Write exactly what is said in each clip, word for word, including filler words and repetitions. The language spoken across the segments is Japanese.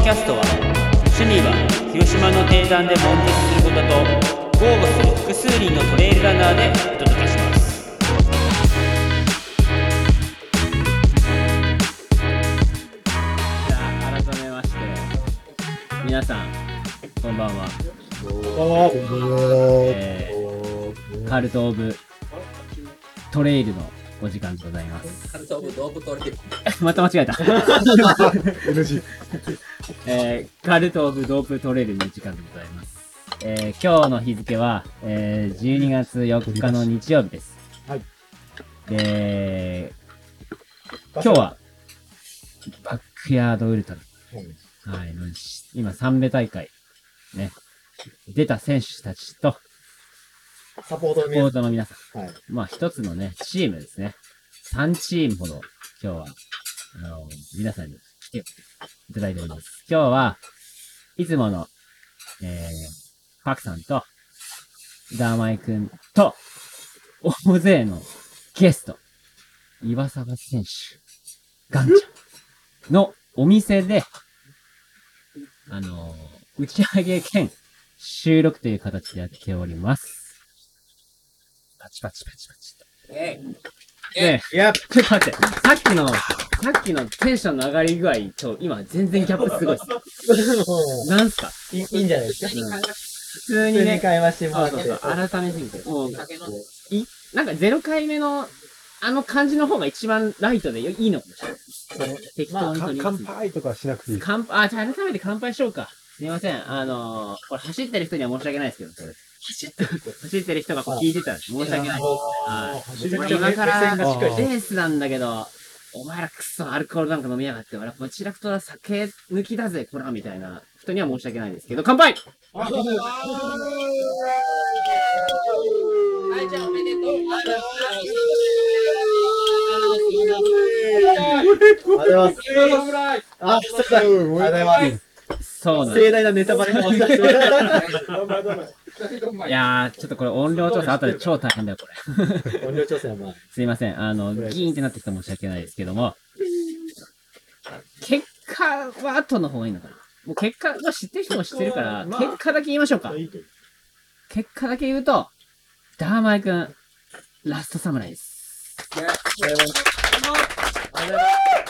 キャストは趣味は広島の低山で悶絶することと豪語する複数人のトレイルランナーでお届けします。じゃあ改めまして皆さんこんばんは。こんばんは。えー、カルト・オブ・トレイルのお時間でございます。 カルト・オブ・ドープ・トレイルまた間違えた。 エヌジーえー、カルト・オブ・ドープ・トレイルの時間でございます。えー、今日の日付は、えー、じゅうにがつよっかの日曜日です。 はい。 で、今日は、バックヤードウルトラ。はい。今、三部大会、ね。出た選手たちと、 サポートのサポートの皆さん。 はい。 まあ、一つのね、チームですね。さんチームほど、今日は、あの、皆さんに来ていただいております。今日は、いつもの、えー、パクさんと、ダーマイくんと、大勢のゲスト、岩沢選手、ガンちゃんのお店で、あのー、打ち上げ兼収録という形でやっております。パチパチパチパチ。 えいで、いや、ちょっと待って、さっきの、さっきのテンションの上がり具合と、今全然ギャップすごいです。なんすかいいいいんじゃないですか。 普通にね、 会話してもらって。 そうそうそう改めすぎて。もう、い、なんかゼロ回目の、あの感じの方が一番ライトでいいのかもしれない。適当に取ります。 乾杯とかしなくていい。 乾杯、あ、じゃあ改めて乾杯しようか。すみません。あのー、これ走ってる人には申し訳ないですけど、それ。走ってる走ってる人がこう聞いてたら申し訳ないです。はい。今からレースなんだけど、お前らクソアルコールなんか飲みやがって、俺はこちらくとは酒抜きだぜ、こら、みたいな人には申し訳ないですけど、乾杯はい、じゃあおめでとう。 ありがとうございます。あ、そうだ。ありがとうございます。 そうなん盛大なネタバレが起きた。 いやー、ちょっとこれ音量調整後で超大変だよ、これ。音量調整はまあ。 すいません。あの、ギーンってなってきたら申し訳ないですけども、結果は後の方がいいのかな。もう結果は知ってる人も知ってるから、結果だけ言いましょうか。結果だけ言うと、ダーマイくん、ラストサムライです。 ありがとうございます。ありがとう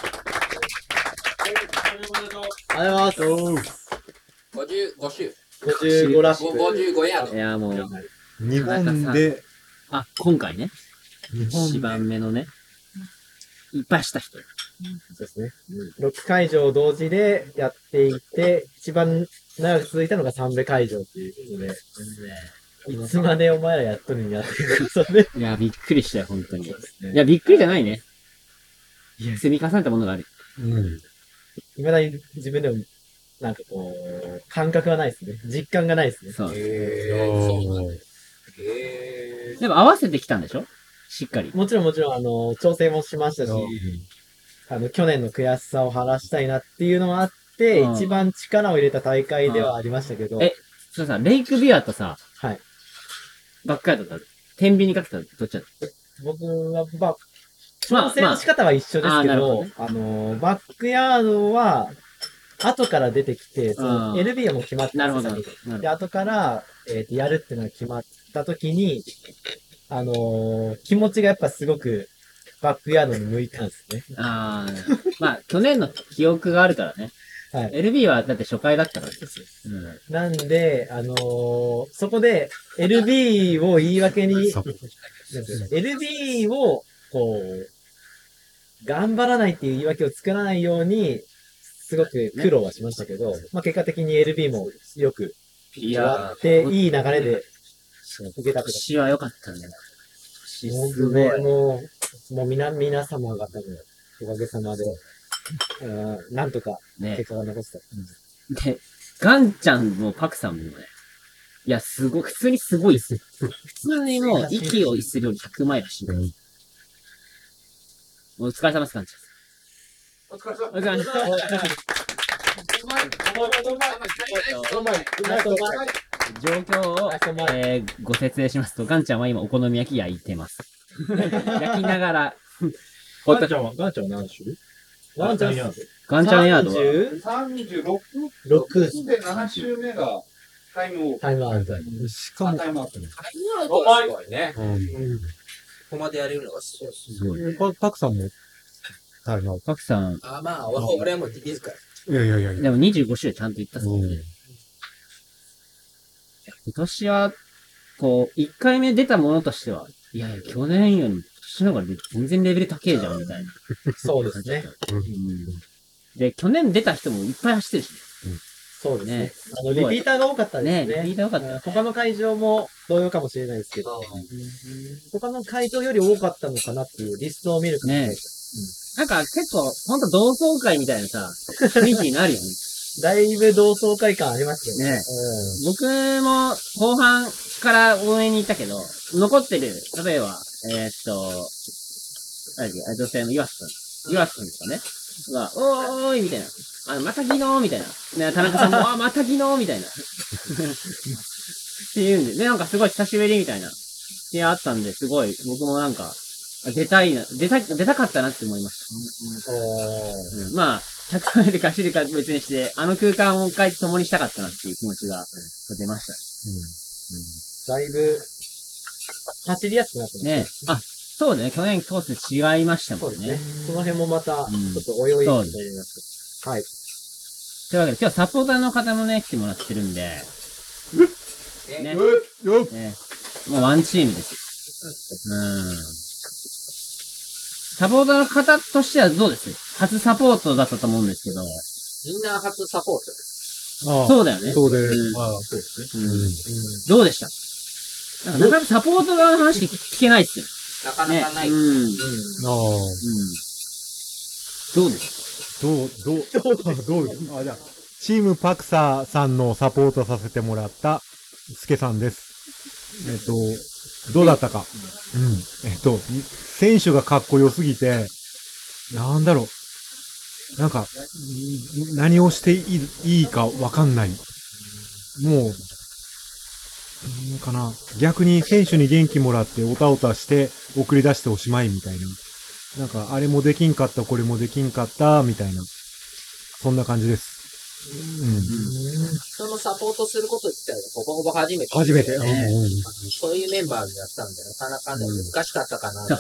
ございます。 ごじゅうご周。 ごじゅうごラッシュ。 ごじゅうごヤード。 いや、もう、 日本で、 あ、今回ね、 日本一番目のね、いっぱいした人。 そうですね。ろっ会場同時でやっていて、一番長く続いたのがさん部会場っていうことで、いつまでお前らやっとるんやっていうことで。 いや、びっくりしたよ、本当に。いや、びっくりじゃないね。積み重ねたものがある。 うん。いまだに自分でも、なんかこう、感覚がないですね。実感がないですね。 そう。 へー、そうなんだ。へー。 でも合わせてきたんでしょしっかり。 もちろんもちろん、あの、調整もしましたし、あの、去年の悔しさを晴らしたいなっていうのもあって、 うん一番力を入れた大会ではありましたけど。 え、そうさ、レイクビアとさ、 はい。 バックヤードだった。天秤にかけたらどっちだった僕は、まあ、調整の仕方は一緒ですけど、 まあまあ、あ, ど、 ね、あの、バックヤードは、後から出てきて、その エルビー はもう決まってなるほど。 で、後から、えっ、ー、と、やるっていうのが決まった時に、あのー、気持ちがやっぱすごく、バックヤードに向いたんですね。ああ。まあ、去年の記憶があるからね。はい。エルビー はだって初回だったからですよ。 うん。なんで、あのー、そこで エルビー を言い訳に、エルビー を、こう、頑張らないっていう言い訳を作らないように、すごく苦労はしましたけど、まあ結果的に エルビー もよくやって、いい流れで受けたけど。 年は良かったんだよ。 年すごい。もう、もう皆、皆様方のおかげさまで、うん、なんとか結果が残せた。 ね、で、ガンちゃんもパクさんもね、いや、すごい、普通にすごいです。普通にもう息をするよりひゃくマイルしない。お疲れ様です、ガンちゃん。お疲れ様。お疲れ様。状況を、えー、ご説明しますと、ガンちゃんは今お好み焼き焼いてます。焼きながら、 ガンちゃんは、ガンちゃんは何種ガンちゃん、 ガンちゃんヤードは。 さんじゅうろくろくでなな周目がタイムオータイムアウト。 しかも、 タイムアウトね。 タイムアウトはすごいね。 うんここまでやれるのがすごい。 すごい。 パパクさんも、タイムアウト。 パクさん、 あ、まあ、俺俺はもう自ら。 いやいやいやいや。 でもにじゅうご周ちゃんと行ったっすもんね。今年は、こう、いっかいめ出たものとしては、いやいや、去年より今年の方が全然レベル高えじゃん、みたいな。 そうですね。 うんで、去年出た人もいっぱい走ってるしそうですねね。 あの、リピーターが多かったね。 ですね。 ね、リーダーよかった。 他の会場も同様かもしれないですけど、他の会場より多かったのかなっていうリストを見るとねなんか結構、ほんと同窓会みたいなさ、雰囲気になるよね。 だいぶ同窓会感ありますよね。 ね僕も後半から応援に行ったけど、残ってる、例えば、えー、っと、何だっけ、女性の岩瀬くん。岩瀬くんですかね。が、おーいみたいな。あの、また技能みたいな。ね、田中さんも、あ、また技能みたいな。っていうんで、で、なんかすごい久しぶりみたいな。ってあったんで、すごい、僕もなんか、出たいな、出たい、出たかったなって思いました。 うんうん、まあ、ひゃくマイルか走るか別にして、あの空間を一回共にしたかったなっていう気持ちが出ました。 だいぶ、走りやすくなってますね。あ、そうね。去年コース違いましたもね。 そうんですね。その辺もまた、ちょんっと泳いでみたいになって。はい。 というわけで、今日サポーターの方もね、来てもらってるんで、ね。 よっね。もうワンチームですよ。うん。サポーターの方としてはどうです初サポートだったと思うんですけど。 みんな初サポートです。 ああそうだよね。 そうで、 うんああ、そうですね。 うんどうでしたなんかなかなかサポート側の話聞けないっすよ。 なかなかない。 ね。うん。うん。 ああ、 どうですどう、どう、どう、どうですあ、じゃあ、チームパクサさんのサポートさせてもらった、スケさんです。えっと、どうだったか。うん。えっと、選手がかっこよすぎて、なんだろう。なんか、ん何をしていいいいかわかんない。もう、うんかな。逆に選手に元気もらっておたおたして送り出しておしまいみたいな。なんか、あれもできんかった、これもできんかった、みたいな。そんな感じです。うん。 人のサポートすること自体はほぼほぼ初めて。 初めて。 ねうんうんそういうメンバーでやったんで、なかなかね、 うん難しかったかな。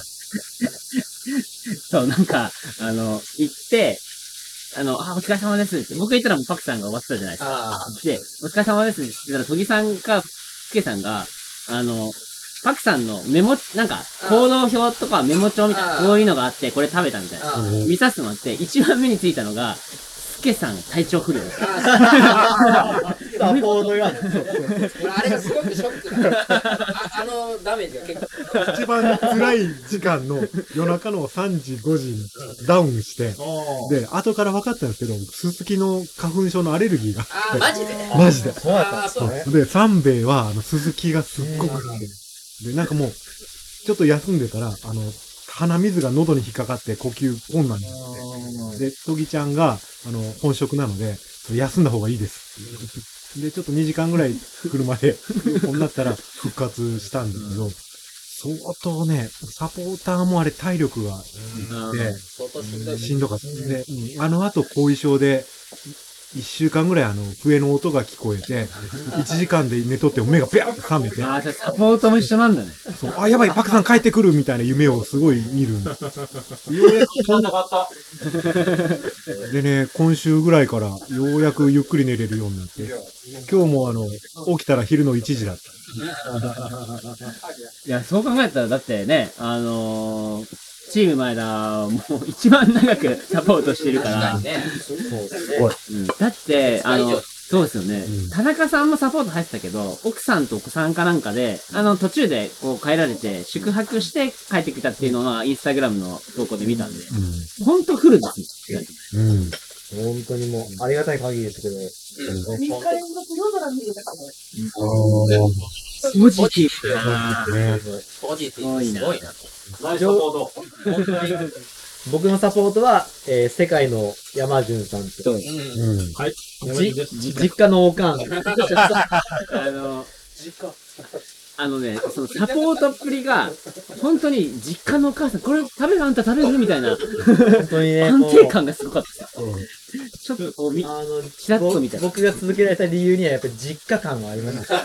そう、なんか、あの、行って、あの、あ、お疲れ様ですって。僕行ったらもうパクさんが終わってたじゃないですか。 あで、お疲れ様ですって言ったら、トギさんか、スケさんが、あの、パクさんのメモ、なんか、行動表とかメモ帳みたいな、 あーこういうのがあって、これ食べたみたいな。 あうん見させてもらって、一番目についたのが、スケさん体調不良です。 あサポートが。 俺、あれがすごくショックだった。ああのダメージが結構。 一番辛い時間の夜中のさんじ、ごじにダウンして、で、後から分かったんですけど、ススキの花粉症のアレルギーがあああ、 って、 マジでマジで。 そうだったんああ、そうね。 で、三兵衛は、あの、鈴木がすっごく、で、なんかもう、ちょっと休んでたら、あの、鼻水が喉に引っかかって呼吸困難になって、で、とぎちゃんが、あの、本職なので、休んだ方がいいです。で、ちょっとにじかんぐらい車で、こうなったら復活したんですけど、相当ね、サポーターもあれ体力がいって、 相当しんどい。 しんどかった。で、うんあの後後遺症で、一週間ぐらいあの、笛の音が聞こえて、一時間で寝とって目がビャーって覚めて、 ああ、じゃあサポートも一緒なんだね。 そうあ、やばい、パクさん帰ってくるみたいな夢をすごい見るんです。ようやくでね、今週ぐらいからようやくゆっくり寝れるようになって、今日もあの、起きたら昼のいちじだった。 いや、そう考えたら、だってね、あのー、チーム前田、もう一番長くサポートしてるから確かに、ね。 うんだって、あの、そうですよね、 うん田中さんもサポート入ってたけど、奥さんとお子さんかなんかで、あの、途中でこう帰られて、宿泊して帰ってきたっていうのは、インスタグラムの投稿で見たんで、ほんと来るんですよ。 うん。うん。 本当にもう、ありがたい限りですけど、 うん。 ポジティブだなねポジティブ。すごいな。 僕のサポートは、えー、世界の山潤さんと、 うん。 うん。 じ実家のおかん、 あの、あのね、そのサポートっぷりが、本当に実家のお母さん、これ食べるあんた食べるみたいな、 本当にね、 安もう定感がすごかったですよ。 ちょっとこう見、 あの、 ちらっと見たぼ僕が続けられた理由にはやっぱり実家感はありました。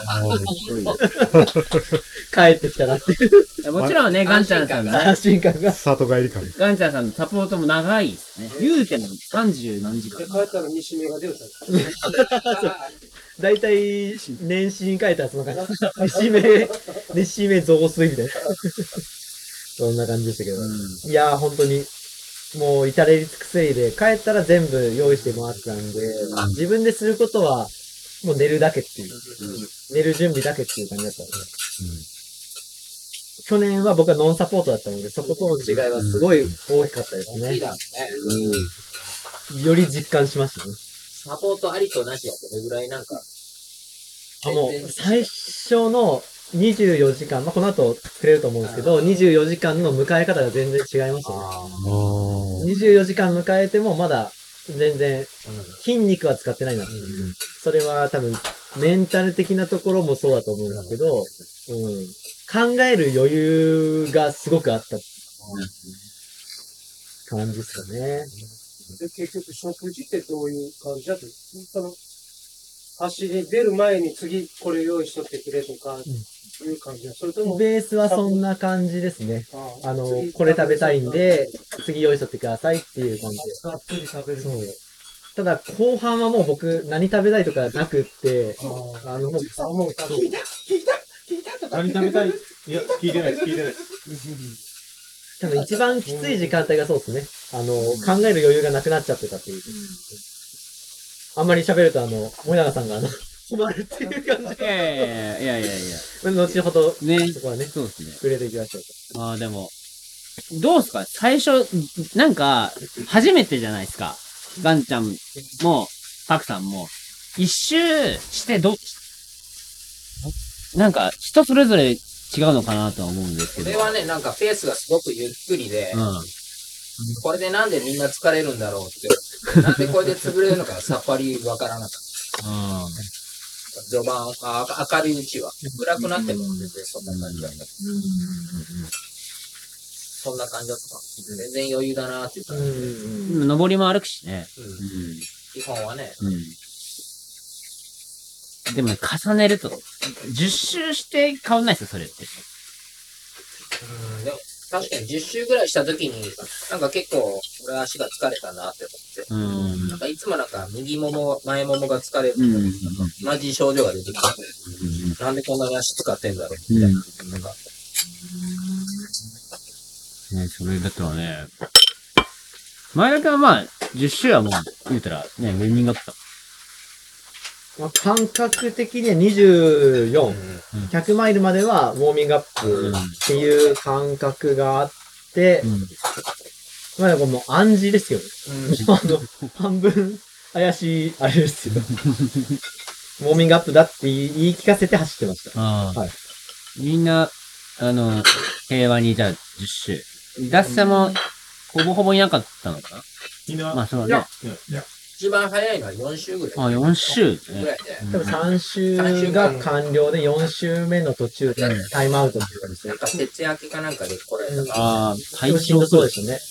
帰ってきたなっていうもちろんね、ガンちゃんさんのね、 安心感が。 里帰り感。 ガンちゃんさんのサポートも長いですね。言うてもさんじゅう何時間。 帰ったら西目が出るからだいたい年始に帰ったらその感じ。西目、西目増水みたいな。そんな感じでしたけど。いやー、本当に、もう至れり尽くせりで、帰ったら全部用意してもらってたんで、自分ですることは、もう寝るだけっていう。寝る準備だけっていう感じだったので。去年は僕はノンサポートだったので、そことの違いはすごい大きかったですね。 いいだろうね。 より実感しましたね。 サポートありとなしはどれぐらいなんか。 あ、もう、最初のにじゅうよじかん、まあ、この後くれると思うんですけど、にじゅうよじかんの迎え方が全然違いましたね。にじゅうよじかん迎えてもまだ全然筋肉は使ってないな。それは多分メンタル的なところもそうだと思うんですけど、うん、考える余裕がすごくあった感じですかね。 で、結局、食事ってどういう感じだと、その、走り出る前に次これ用意しとってくれとか、いう感じだ。それとも、 ベースはそんな感じですね。 ああの、これ食べたいんで、次用意しとってくださいっていう感じで。 がっつり食べる。 そう。ただ、後半はもう僕、何食べたいとかなくって、 ああの、もう、 あ、もう、聞いた聞いた聞いたとか。 何食べたいいや、聞いてない、聞いてない。 多分一番きつい時間帯がそうですね。あの、考える余裕がなくなっちゃってたっていう。あんまり喋ると、あの、森永さんが、あの、困るっていう感じいやいやいやいやいやいや。 後ほど、 ね。 そこはね、 そうですね。 触れていきましょうと。 ああ、でも、どうすか最初、なんか、初めてじゃないですか。ガンちゃんも、パクさんも、一周してどう、なんか、人それぞれ違うのかなとは思うんですけど。 これはね、なんかペースがすごくゆっくりで、 うん。 これでなんでみんな疲れるんだろうって、なんでこれで潰れるのかさっぱりわからなかった。 うん。 序盤、あ明るいうちは。暗くなっても全然そんな感じだった。そんな感じだった。全然余裕だなっていう感じで。 うん。 登りも歩くしね。 うん基本はね。 うん。でもね、重ねると、じゅっ周して変わんないですよ、それって。 うんでも確かにじゅっ周ぐらいした時に、なんか結構俺足が疲れたなって思って。 うん。 なんかいつもなんか右もも、前ももが疲れる。 うん。 同じ症状が出てきて、なんでこんなに足使ってんだろうみたいな。なんかね、それだったらね、前田君はまあ、じゅっ周はもう、言うたら、ね、ウェミングアップだ。 まあ、感覚的にはにじゅうよん、ひゃくマイルまではウォーミングアップっていう感覚があって、 うん。 まあ、でももう暗示ですよね。あの、半分怪しい、あれですよ。ウォーミングアップだって言い言い聞かせて走ってました。 ああ。 はいみんな、あの、平和にじゃあじゅっ周。脱差も、ほぼほぼいなかったのかなみんな、 まあそうね。 一番早いのはよん周ぐらい。 あ、よん周ぐね。 らいで。 多分さん周が完了でよん周目の途中でタイムアウトっていうかですねなん。か徹夜明けかなんかで来られたから。 ああ、 で最もしんどそうですよね。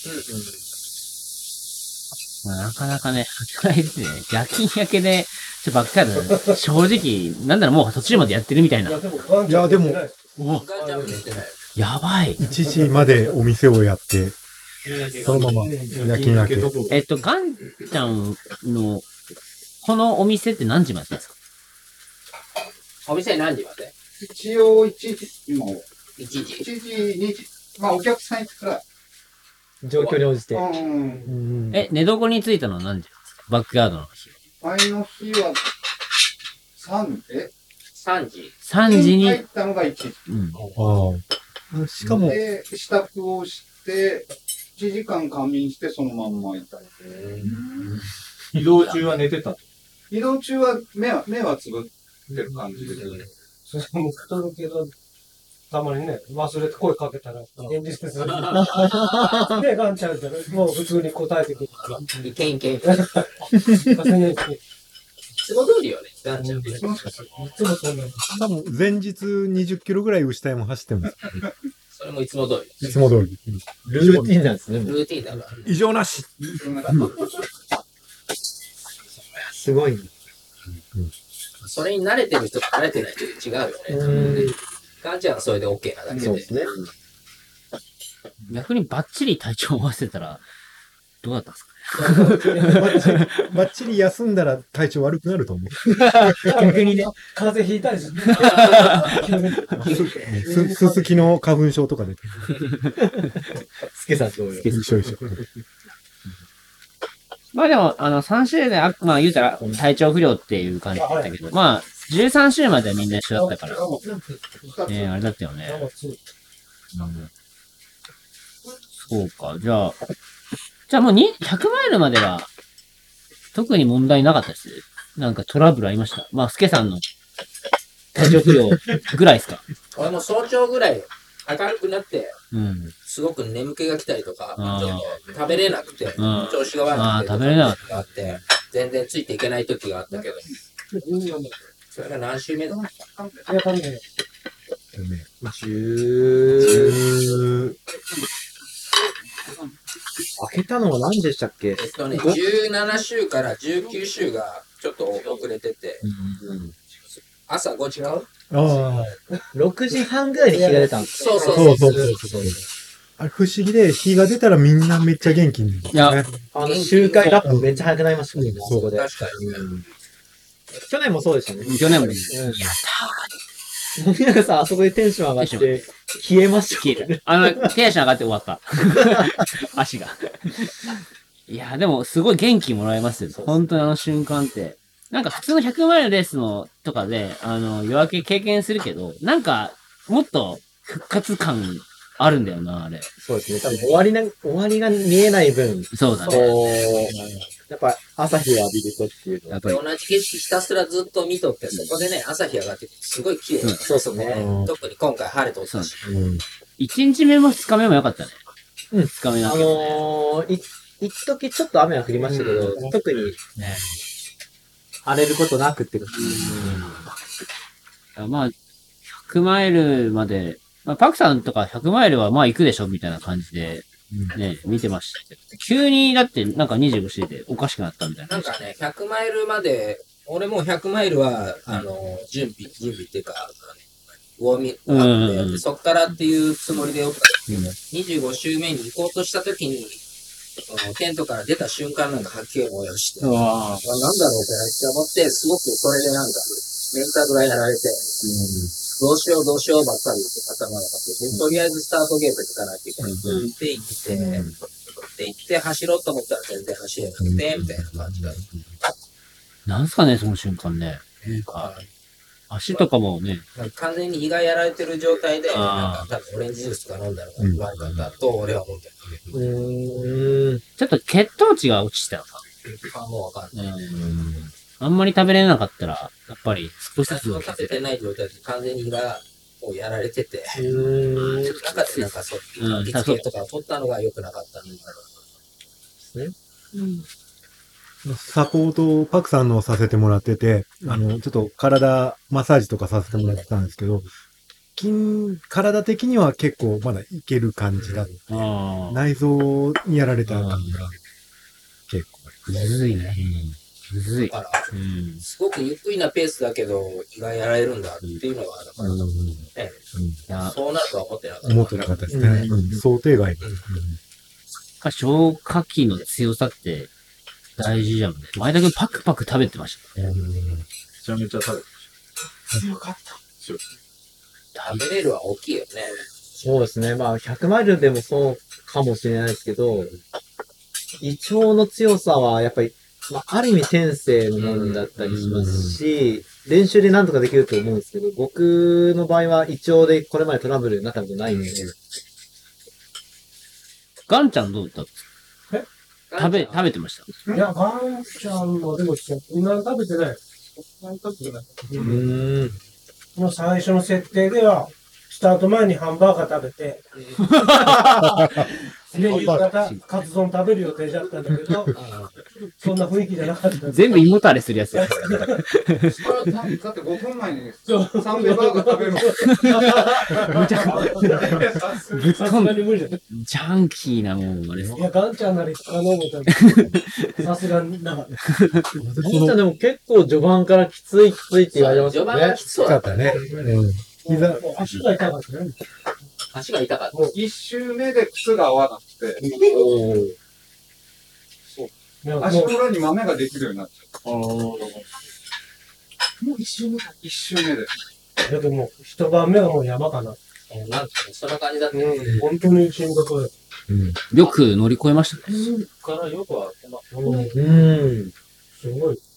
まあ、なかなかね、働いててね、夜勤明けで、ちょっとばっかりだね。正直、なんだろう、もう途中までやってるみたいな。 いや、でも、ガンいやでもちゃん寝ておガンちゃんも寝てない。 やばい。 いちじまでお店をやって、そのまま夜勤明け。 えっと、ガンちゃんの、このお店って何時までですか？ お店何時まで？ 一応いちじも、 いちじ。 いちじ、にじ、まあお客さん行くから。 状況に応じて。 うん。 うんえ、寝床に着いたのは何時ですか？バックヤードの日。 前の日は、三えさんじ。 さんじに、 入ったのがいちじ。 うん。 ああ。しかも、 で、支度をして、いちじかん仮眠してそのまんまいた。 移動中は寝てた。 移動中は目は、目はつぶってる感じで。 それも太るけど、たまにね、忘れて声かけたら、返事する。で、ガンちゃんってもう普通に答えてくるから。 いけんいけん。い稼げてつも通りよね。ガンちゃんって。 いつもそんなの。 多分前日にじゅっキロぐらい牛田山走ってます。 それもいつも通り。 いつも通り。 ルーティンなんですね。もうルーティンだから。 異常なし。 すごい。 それに慣れてる人と慣れてない人違うよね。 うん。 ガンちゃんはそれで OK なだけで。 そうですね。 逆にバッチリ体調を合わせたら、どうだったんですかバッチリ休んだら体調悪くなると思う。 逆にね、風邪ひいたりする。 す、すすきの花粉症とかで。 スケさんとよ。 一緒一緒。 まあでも、あの、さん週で、あまあ言うたら体調不良っていう感じだったけど、まあ、じゅうさん週まではみんな一緒だったから、えー、あれだったよね。うんそうか、じゃあ、じゃあもうにひゃくマイルまでは、特に問題なかったです。なんかトラブルありました。まあ、スケさんの体調不良ぐらいですか。 俺も早朝ぐらい明るくなって、 うん。 すごく眠気が来たりとか、ちあーょっと食べれなくて、 うん調子が悪あーくて、 食べれなかっ時があって、全然ついていけない時があったけど、それが何週目だいや、多分ね、 十、開けたのは何でしたっけ？ えっとね、じゅうなな週からじゅうきゅう週がちょっと遅れてて、朝ご違うあろくじはんぐらいに日が出たんです。 そうそうそそううそうそうあ。あれ不思議で、日が出たらみんなめっちゃ元気になる。 いや、 あの、周回ラップめっちゃ早くなりましたね、あそこで。 確かに。 去年もそうでしたね。 去年も、 うん。森永さん、あそこでテンション上がって、消えました。 消える。あの、手足上がって終わった。足が。いや、でも、すごい元気もらえますよ。本当にあの瞬間って。なんか普通のひゃくマイルレースのとかで、あの、夜明け経験するけど、なんか、もっと復活感あるんだよな、あれ。 そうですね。多分終わりな、終わりが見えない分、 そうだね。 こう、やっぱ朝日を浴びるとっていうのは。 やっぱり。 同じ景色ひたすらずっと見とって、そこでね、朝日上がってて、すごい綺麗な。 そうそうね。 特に今回晴れとったし。 いちにちめもふつかめも良かったね。 うんふつかめなあんだけどね。 のー、い、一時ちょっと雨は降りましたけど、特にね荒れることなくってこと。 まあ、ひゃくマイルまで、まあ、パクさんとかひゃくマイルはまあ行くでしょみたいな感じで、ね、見てましたけど。急にだってなんかにじゅうご周でおかしくなったみたいな。 なんかね、ひゃくマイルまで、俺もうひゃくマイルは、あの、準備、準備っていうか、あのウォーミングアップでやって、 うんうんうんそっからっていうつもりでよかった。 うんにじゅうご周目に行こうとしたときに、そのテントから出た瞬間なんか吐き気を催して、 うわあなんだろうってめっちゃ思って、すごくそれでなんか、メンタルがやられて、どうしようどうしようばっかり頭がかって、とりあえずスタートゲート行かないといけないって言って行って、で行って走ろうと思ったら全然走れなくて、みたいな感じだった。 なんすかね、その瞬間ね。なんか、足とかもね、 完全に胃がやられてる状態で、 あなんか多分オレンジジュースとか飲んだのが悪かったと俺は思ってるんだうーん。 ちょっと血糖値が落ちてたのか。 けど、あもうわかんない。 あんまり食べれなかったら、やっぱり少しずつ何も食べてない状態で完全に胃がもうやられてて、 うーん。 中でなんかそう、 うん味付けとか取ったのが良くなかったんだろサポートをパクさんのをさせてもらってて、あの、ちょっと体マッサージとかさせてもらってたんですけど、筋、体的には結構まだいける感じだ。 ああ。 内臓にやられた感じが結構。 むずいね。むずい。 う。だから、 うん。 すごくゆっくりなペースだけど、胃がやられるんだっていうのは、だから、ね、 いや、 そうなるとは思ってなかった。 思ってなかったですね。うん想定外。 消化器の強さって大事じゃんね。前田くんパクパク食べてましたね。 めちゃめちゃ食べて食べれるは大きいよね。 そうですね。まあ、ひゃくマイルでもそうかもしれないですけど、胃腸の強さはやっぱり、まあ、ある意味天性のものだったりしますし、練習でなんとかできると思うんですけど、僕の場合は胃腸でこれまでトラブルになったことないんで、 ガンちゃんどうだったえ食べ、食べてましたいや、ガンちゃんもでも、そんなに食べてない。そんなに食べてない。 うーん。 もう最初の設定では、スタート前にハンバーガー食べて、で、夕方、カツ丼食べる予定だったんだけど、 そんな雰囲気じゃなかった。 全部胃もたれするやつや。 だってごふんまえにサンデーバーガー食べるの。 むちゃくぶっ飛んで、 無理だ。 ジャンキーなもん、あれですい。や、ガンちゃんなり頼むと、さすがになかった。 ガンちゃんでも結構序盤からきついきついって言われました序盤がね。 きつそうだった。 ね。うん。膝、 もう足が痛かったね。 足が痛かった。 一周目で靴が合わなくて、 いや足もうの裏に豆ができるようになっちゃもう。もう一周目か。一周目で。 だけどもう、一晩目はもう山かな。 なんかそんな感じだった。 うん、本当にしんどく。 うん。 よく乗り越えましたね。 からよくは、まあ、 うん、 うん。 すごい。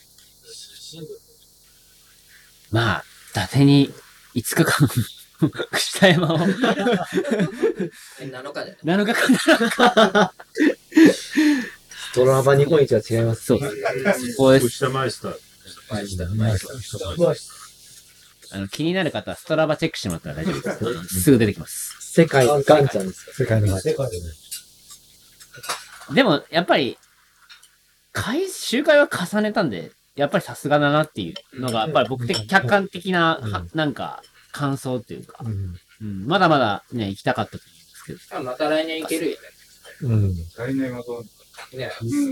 まあ、伊達にいつかかん、下山を、 なのかじゃない。 なのかかドラマ日本一は違います。 そう。そこです。 下マイスター。 前した、前した。 まあ、 あの、気になる方はストラバチェックしてもらったら大丈夫です。すぐ出てきます。 世界ガンちゃんです。 世界の世界でね。 でも、やっぱり、回、周回は重ねたんで、やっぱりさすがだなっていうのが、やっぱり僕的、客観的な、はなんか、感想っていうか、 うん。 うん、まだまだね、行きたかったと思うんですけど。 また来年行けるよね。 うん。 来年はどうね。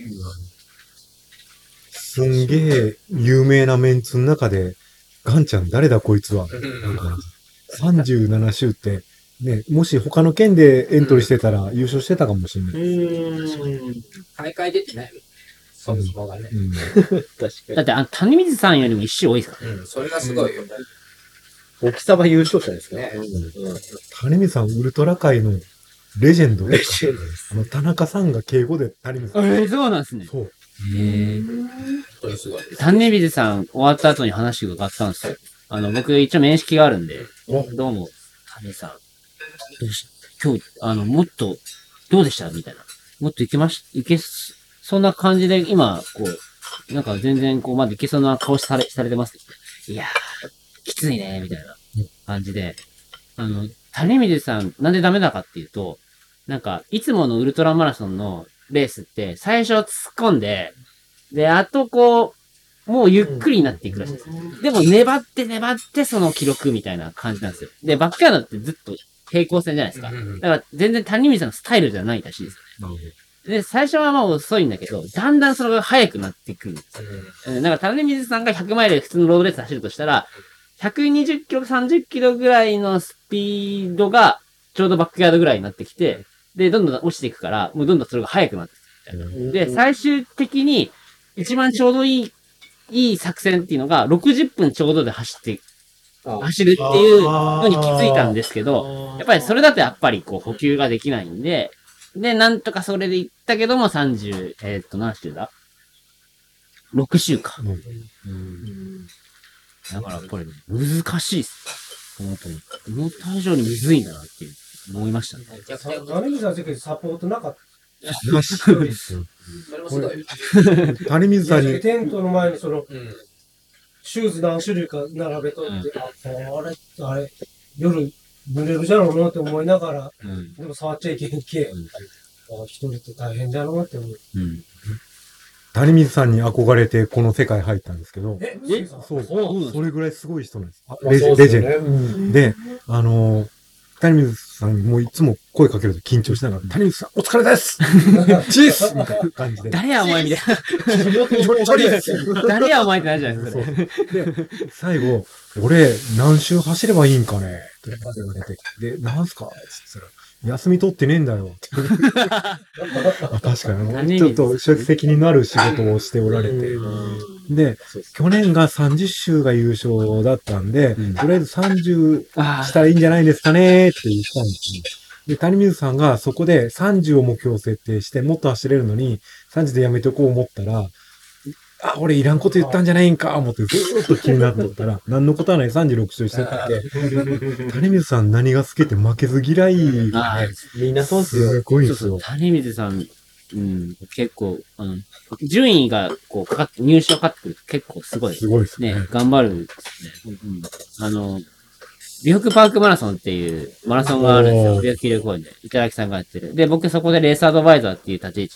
すんげえ有名なメンツの中で、ガンちゃん誰だこいつは。なんかさんじゅうなな週って、ね、もし他の県でエントリーしてたら優勝してたかもしれない。 うん。 大会出てないよ。そもそもがね。 うん。 確かだって、あの、谷水さんよりも一周多いですから。 うん、それがすごいよ。 に。沖沢優勝者ですかね。 谷水さん、ウルトラ界のレジェンドレですジェンドです。 あの、田中さんが敬語で谷水さん。 えー、そうなんですね。 そう。 へえ。 本当にすごい。 谷水さん終わった後に話伺ったんですよ。あの、僕一応面識があるんで、どうも、谷さん、どうし今日、あの、もっと、どうでしたみたいな。もっといけまし、いけす、そんな感じで、今、こう、なんか全然、こう、まだいけそうな顔され、されてます。いやー、きついね、みたいな感じで。あの、谷水さん、なんでダメだかっていうと、なんか、いつものウルトラマラソンのレースって、最初突っ込んで、で、あとこう、もうゆっくりになっていくらしいです。でも粘って粘ってその記録みたいな感じなんですよ。で、バックヤードってずっと平行線じゃないですか。だから全然谷水さんのスタイルじゃないらしいですよね。で、最初はまあ遅いんだけど、だんだんそれが速くなってくるんですよ。うんだから谷水さんがひゃくマイルで普通のロードレース走るとしたら、ひゃくにじゅっキロ、さんじゅっキロぐらいのスピードがちょうどバックヤードぐらいになってきて、で、どんどん落ちていくから、もうどんどんそれが速くなっていく。で、最終的に一番ちょうどいい、いい作戦っていうのが、ろくじゅっぷんちょうどで走って、走るっていうのに気づいたんですけど、やっぱりそれだとやっぱりこう補給ができないんで、で、なんとかそれで行ったけどもさんじゅう、えーっと、何週だ ?ろく 週か。うんだからやっぱり、ね、難しいっす。本当に。思った以上にむずいんだなっていう思いましたね。 めちゃくちゃ、 何水さんの時サポートなかった。 なしですよ。 それもすごいよ。 谷水さんに、 テントの前にその、 うん。 シューズ何種類か並べとって、あ、あれ、あれ、夜濡れるじゃろうなって思いながら、 うん。 でも触っちゃいけんけ、あ一人って大変だろうなって思う。 うん。 谷水さんに憧れてこの世界入ったんですけど、 え、 えそう、 そうそれぐらいすごい人なんです。 まあレジそうレジェンですよねうんド。で、あのー、谷水さんにもういつも声かけると緊張しながら、谷水さん、お疲れですチースみたいな感じで。 誰やお前みたいな。誰やお前ってなるじゃないですか。それで、最後、俺、何周走ればいいんかねって言われて、で、なんすかって言ったら、休み取ってねえんだよ。あ確かに、ちょっと責任のある仕事をしておられて。で、去年がさんじゅっ週が優勝だったんで、 うんとりあえずさんじゅうあしたらいいんじゃないですかねって言ったんですよ。で、谷水さんがそこでさんじゅうを目標設定して、もっと走れるのに、さんじゅうでやめておこう思ったら、あ、俺いらんこと言ったんじゃないんか、思ってずーっと気になっとったら、何のことはないさんじゅうろく周してて、谷水さん何が好きって負けず嫌いあがね、 みんなそうっすよ。 すごいんそうそう。 ですよ。 谷水さん、うん、結構、あの、順位が、こう、かかって、入賞かかってくると結構すごい。 すごいですね。 ね、頑張るですね。うん。あの、美北パークマラソンっていうマラソンがあるんですよ。 おー美北キル公園で。板垣さんがやってる。で、僕そこでレースアドバイザーっていう立ち位置で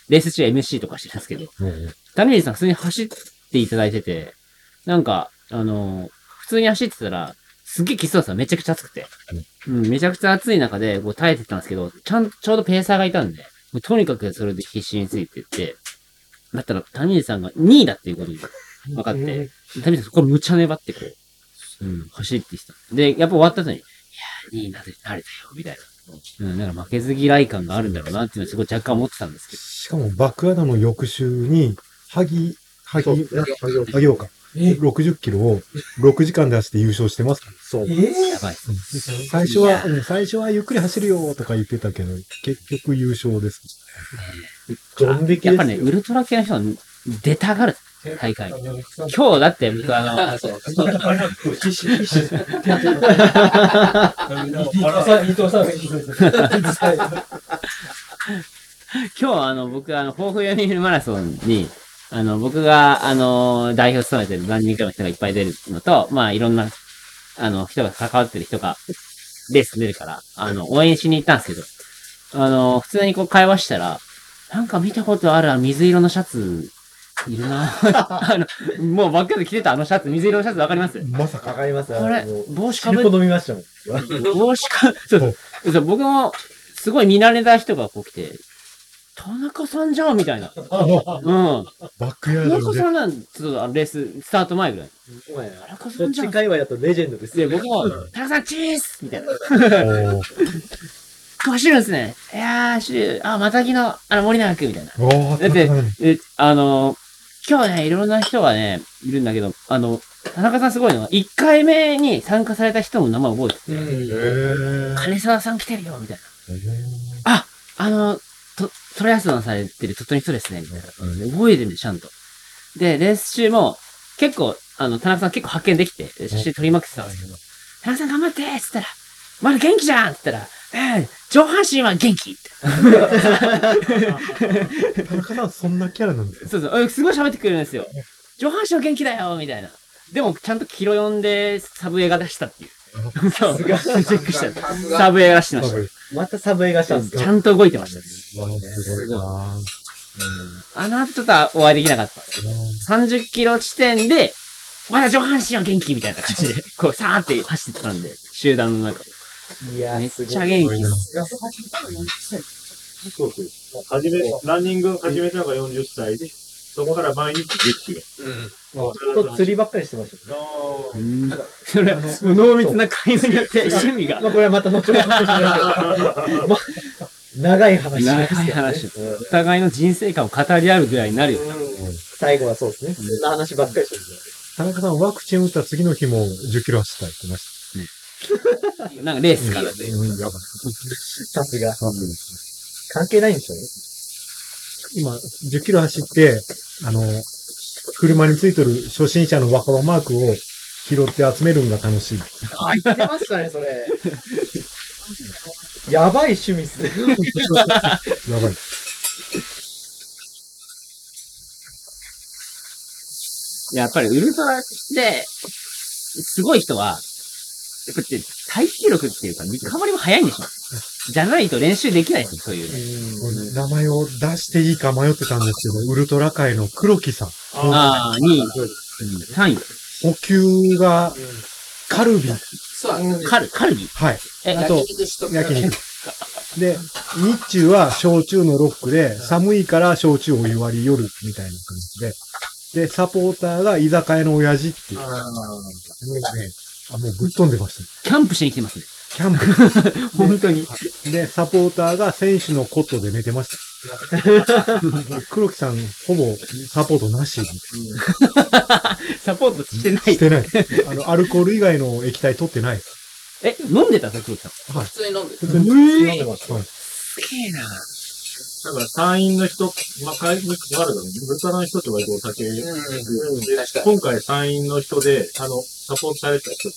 レース中 エムシー とかしてたんですけど、谷口さん普通に走っていただいてて、なんか、あの、普通に走ってたら、すっげえきつそうですよ。めちゃくちゃ暑くて。うん、めちゃくちゃ暑い中で、こう耐えてたんですけど、ちゃん、ちょうどペーサーがいたんで、もうとにかくそれで必死についてって、だったら谷口さんがにいだっていうことに分かって、谷口さんそこむちゃ粘ってこう、うん、走ってきた。で、やっぱ終わった後に、いやー、にいになれたよ、みたいな。うん、なんか負けず嫌い感があるんだろうなっていうのはすごい若干思ってたんですけど。 しかも、バックアダの翌週に、萩、萩、萩岡。ろくじゅっキロをろくじかんで走って優勝してます。 そう。 やばい。 最初は、最初はゆっくり走るよとか言ってたけど、結局優勝です。 ドン引きです。 やっぱね、ウルトラ系の人は出たがる。大会。今日だって僕あの、そう。今日あの、僕あの、抱負よにんマラソンに、あの、僕が、あの、代表務めてる何人かの人がいっぱい出るのと、まあ、いろんな、あの、人が関わってる人が、レース出るから、あの、応援しに行ったんですけど、あの、普通にこう会話したら、なんか見たことある水色のシャツ、いるなあの、もうバックで着てたあのシャツ、水色のシャツわかりますまさか。わかります。 これ、帽子かぶって。飲みましたもん。 帽子か、そうそう、僕も、すごい見慣れた人がこう来て、田中さんじゃんみたいな。うん。バックヤードで。田中さんなん、ちょっとレース、スタート前ぐらい。 お前、田中さんじゃん。こっち界隈だとレジェンドですよ。で、僕も、田中さんチーズみたいな。走るんですね。いやー、走る。あ、またぎの、あの、森永くんみたいな。だって、え、あの、今日ね、いろんな人がね、いるんだけど、あの、田中さんすごいのは、いっかいめに参加された人も名前覚えてて、金沢さん来てるよ、みたいな。あ、あの、と、トライアスロンされてる鳥取の人ですね、みたいな。覚えてるんで、ちゃんと。で、レース中も、結構、あの、田中さん結構発見できて、写真撮りまくってたんですけど、田中さん頑張ってーっつったら、まだ元気じゃんっつったら、えー、上半身は元気って。 田中さん、そんなキャラなんですか？ そうそう、すごい喋ってくれるんですよ。上半身は元気だよみたいな。でも、ちゃんとキロよんでサブ映画出したっていう。そう。チェックした。サブ映画出してました。 またサブ映画したんですか？ ちゃんと動いてました。 すごいなあの後ちょっとお会いできなかった。さんじゅっキロ地点で、まだ上半身は元気みたいな感じで、こう、さーって走ってたんで、集団の中で。 いや、 めっちゃ元気。 そうそう。始め、ランニング始めたのがよんじゅっさいで、そこから毎日じゅっキロ。 うん。ちょっと釣りばっかりしてましたね。 うん。それは、濃密な会話によって趣味が。 まあ、これはまた後ほど。長い話です。長い話。お互いの人生観を語り合うぐらいになるよ。 最後はそうですね。そんな話ばっかりしてる。 田中さん、ワクチン打った次の日もじゅっキロ走ったって言ってました。 なんかレースからで。 さすが。関係ないんでしょうね。 今、じゅっキロ走って、あの、車についてる初心者の若葉マークを拾って集めるのが楽しい。 あ、言ってましたね、それ。やばい趣味っすね。 やばい。 やっぱりウルトラって、すごい人は、やっぱり大気力っていうか、リカバリも早いんでしょ。じゃないと練習できないですよ、そういう。 名前を出していいか迷ってたんですけど、ウルトラ界の黒木さん。 ああ、にい、さんい。 補給が、カルビ。 カル、カルビはい。 え、 あと、焼肉。で、日中は焼酎のロックで、寒いから焼酎お湯割り夜みたいな感じで。で、サポーターが居酒屋の親父っていう。ああ、もうぶっ飛んでましたね。 キャンプしに来てますね。 キャンプ。 本当に。 で、サポーターが選手のコットで寝てました。黒木さん、ほぼサポートなし。 サポートしてない。 してない。あの、アルコール以外の液体取ってない。 え、飲んでた黒木さん。 はい。 普通に飲んでる。 普通に飲んでました。はい。 すげえな。 だから、隊員の人、まあ、会議あるのに、ウルトラの人って割とお酒、で今回隊員の人で、あの、サポートされた人って、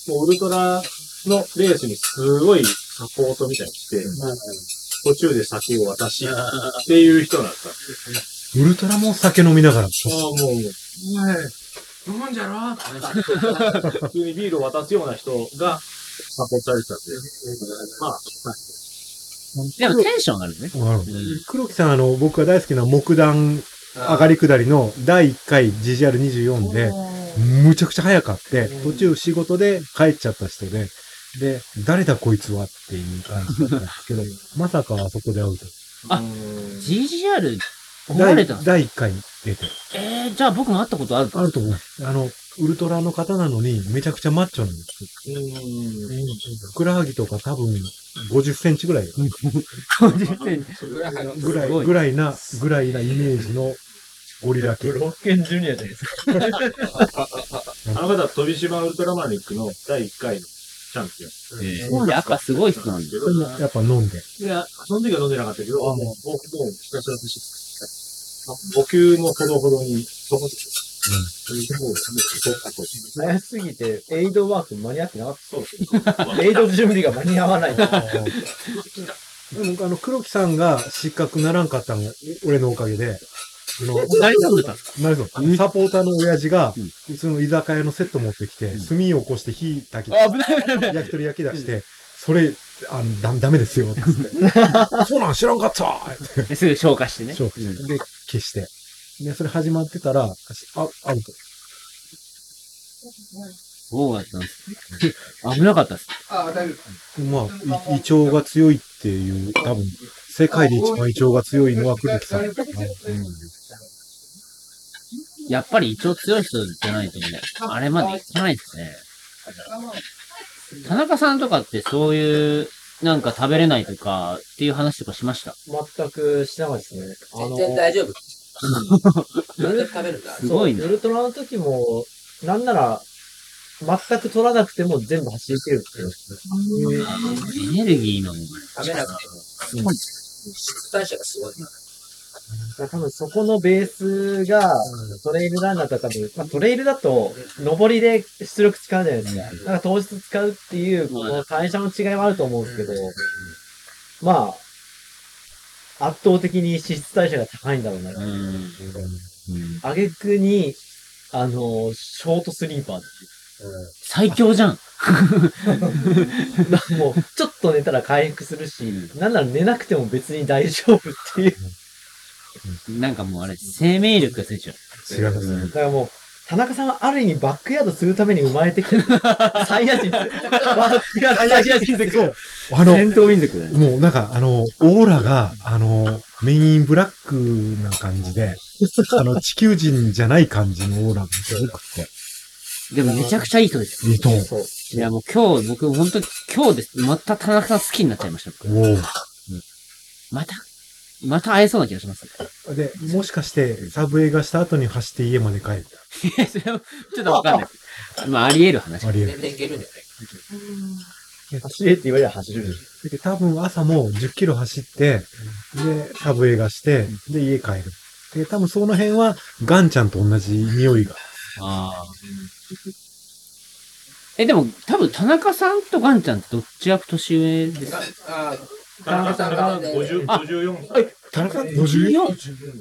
もうウルトラのレースにすごいサポートみたいにして、途中で酒を渡し、っていう人なんですウルトラも酒飲みながら。 ああ、もう、もう、飲むんじゃろ普通にビールを渡すような人がサポートされてたんで、まあ、 でもテンション上がるね。 うん黒木さん、あの、僕が大好きな木段上がり下りのだいいっかい ジージーアールにじゅうよん で、むちゃくちゃ早かって、途中仕事で帰っちゃった人で、で、誰だこいつはっていう感じだったんですけど、まさかあそこで会うと。 あ、ジージーアール 思われたんですか？ だいいっかい出て。 えー、じゃあ僕も会ったことあるあると思う。あの、ウルトラの方なのにめちゃくちゃマッチョなんですよ。ふくらはぎとか多分ごじゅっセンチぐらい。 ごじゅっセンチ。 ぐらい、ぐらいな、ぐらいなイメージのゴリラ系。 ブロッケンジュニアじゃないですか。 あの方は飛島ウルトラマニックのだいいっかいのチャンピオン。 やっぱすごい人なんだよ。 それもやっぱ飲んで。 いや、その時は飲んでなかったけど、あ、もう、もう、もう、ひたすら走って母球もほどほどに、そこで、 早すぎて、エイドワーク間に合ってなかっそうそう。 た。エイド準備が間に合わない。 でも、あの、黒木さんが失格ならんかったの、俺のおかげで、あの大丈夫だったなるほど。サポーターの親父が、普通の居酒屋のセット持ってきて、炭を起こして火炊き、 あ、危ない危ない危ない。 焼き鳥焼き出して、それ、あの、ダメ、ダメですよ、つって。そうなん知らんかったですぐ消化してね。 そう。で、消して。で、それ始まってたら、あ、アウト。 そうだったんです。危なかったです。 あ、大丈夫。 まあ、い胃腸が強いっていう、多分、世界で一番胃腸が強いのは黒木さん。うんやっぱり胃腸強い人じゃないとね、あれまでいかないですね。田中さんとかってそういう、なんか食べれないとかっていう話とかしました？ 全くしなかったですね。あ全の、 然大丈夫。全然食べるんだ。 すごいねウ。ルトラの時も、なんなら、全く取らなくても全部走り切るっていう。 エネルギーの。 食べなくても。質代謝がすごい。 多分そこのベースが、トレイルランナーとかで、まあ、トレイルだと、上りで出力使うじゃないですか。だから当日使うっていう、この代謝の違いはあると思うんですけど、まあ、圧倒的に脂質代謝が高いんだろうな。 うん。うん挙句に、あの、ショートスリーパーです。 最強じゃん。 もう、ちょっと寝たら回復するし、なんなら寝なくても別に大丈夫っていう。 なんかもうあれ、生命力がついちゃう。 違いますね。 だからもう、田中さんはある意味バックヤードするために生まれてきた。サイヤ人です。バックヤード、サイヤ人です。 そう。あの、 戦闘民族だね。 もうなんか、あの、オーラが、あの、メインブラックな感じで、あの、地球人じゃない感じのオーラがすごくて。 でもめちゃくちゃいい人ですよ。 いいと思う。 そう。 いやもう今日、僕本当に今日です。また田中さん好きになっちゃいました。 おお。 また、また会えそうな気がします。 で、もしかして、サブ映画した後に走って家まで帰る。 いや、それはちょっとわかんない。まあ、あり得る話。 あり得る。 全然いけるんじゃない？ 走れって言われれば走る。 で、多分朝もじゅっキロ走って、で、サブ映画して、で、家帰る。で、多分その辺は、ガンちゃんと同じ匂いが。 ああ。え、でも、多分田中さんとガンちゃんってどっち役年上ですか？ ああ、 田中さんがごじゅう、 あごじゅうよんさい。 田中さんごじゅうよん？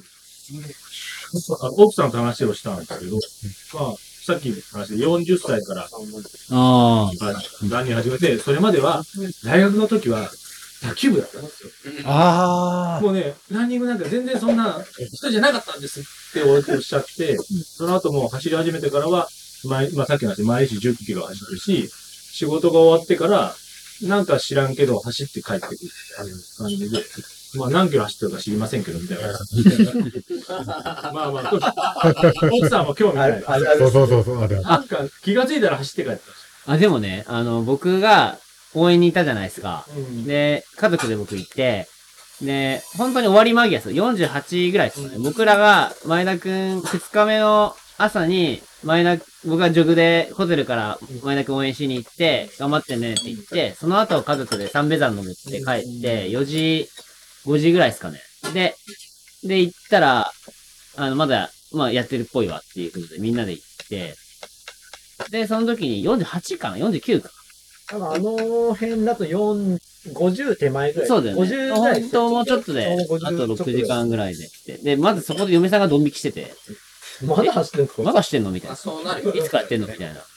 奥さんと話をしたんですけど、まあ、さっきの話でよんじゅっさいからああ。 ランニング始めて、それまでは、大学の時は卓球部だったんですよ。 あもうね、ランニングなんか全然そんな人じゃなかったんですっておっしゃって、その後も走り始めてからは、毎まあ、さっきの話、毎日じゅっキロ走るし、仕事が終わってから、なんか知らんけど走って帰ってくるっていう感じで、まあ何キロ走ってるか知りませんけど、みたいな。まあまあ、奥さんも興味ない。 あるあ。そうそうそうそう、あるある。 なんか気がついたら走って帰ってましあ、でもね、あの、僕が応援にいたじゃないですか。 た。うんで、家族で僕行って、で、本当に終わり間際ですよ。よんじゅうはちぐらいですね。僕らが前田くんふつかめの朝に、前田、僕がジョグでホテルから前田くん応援しに行って、頑張ってねって言って、その後家族で三瓶山登って帰って、よじ、ごじぐらいですかね。で、で行ったら、あの、まだ、まあやってるっぽいわっていうことでみんなで行って、で、その時によんじゅうはちかな ?よんじゅうきゅうか多分あの辺だとよん、ごじゅう手前ぐらい。 そうだよね。 ごじゅうぐらい本当もうちょっとで、あとろくじかんぐらいで来て。で、まずそこで嫁さんがドン引きしてて、 まだ走ってるんですか？ まだしてんのみたいまあな。 そうなるよ。 いつからやってんのみたいな。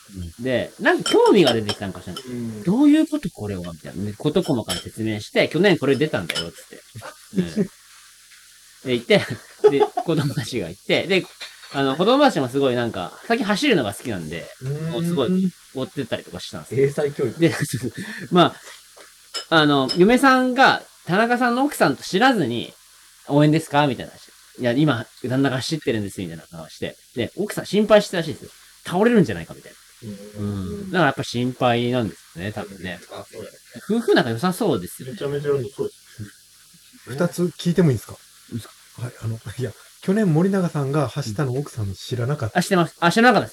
で、なんか興味が出てきたんかしら、どういうことこれはみたいな。こと細かに説明して、去年これ出たんだよ、つって。うん、で、行って、で、子供たちが行って、で、あの、子供たちもすごいなんか、最近走るのが好きなんで、もうすごい追ってったりとかしたんですよ。 英才教育。 で、まあ、あの、嫁さんが、田中さんの奥さんと知らずに、応援ですかみたいな話。いや、今、旦那が走ってるんです、みたいな話して。で、奥さん心配してたらしいですよ。倒れるんじゃないか、みたいな。うん。だからやっぱ心配なんですね、多分ね。夫婦仲良さそうですよね。 めちゃめちゃそうです。 二つ聞いてもいいですか？はい、あの、いや、去年森永さんが走ったの奥さん知らなかった。 あ、知ってます。あ、知らなかったです。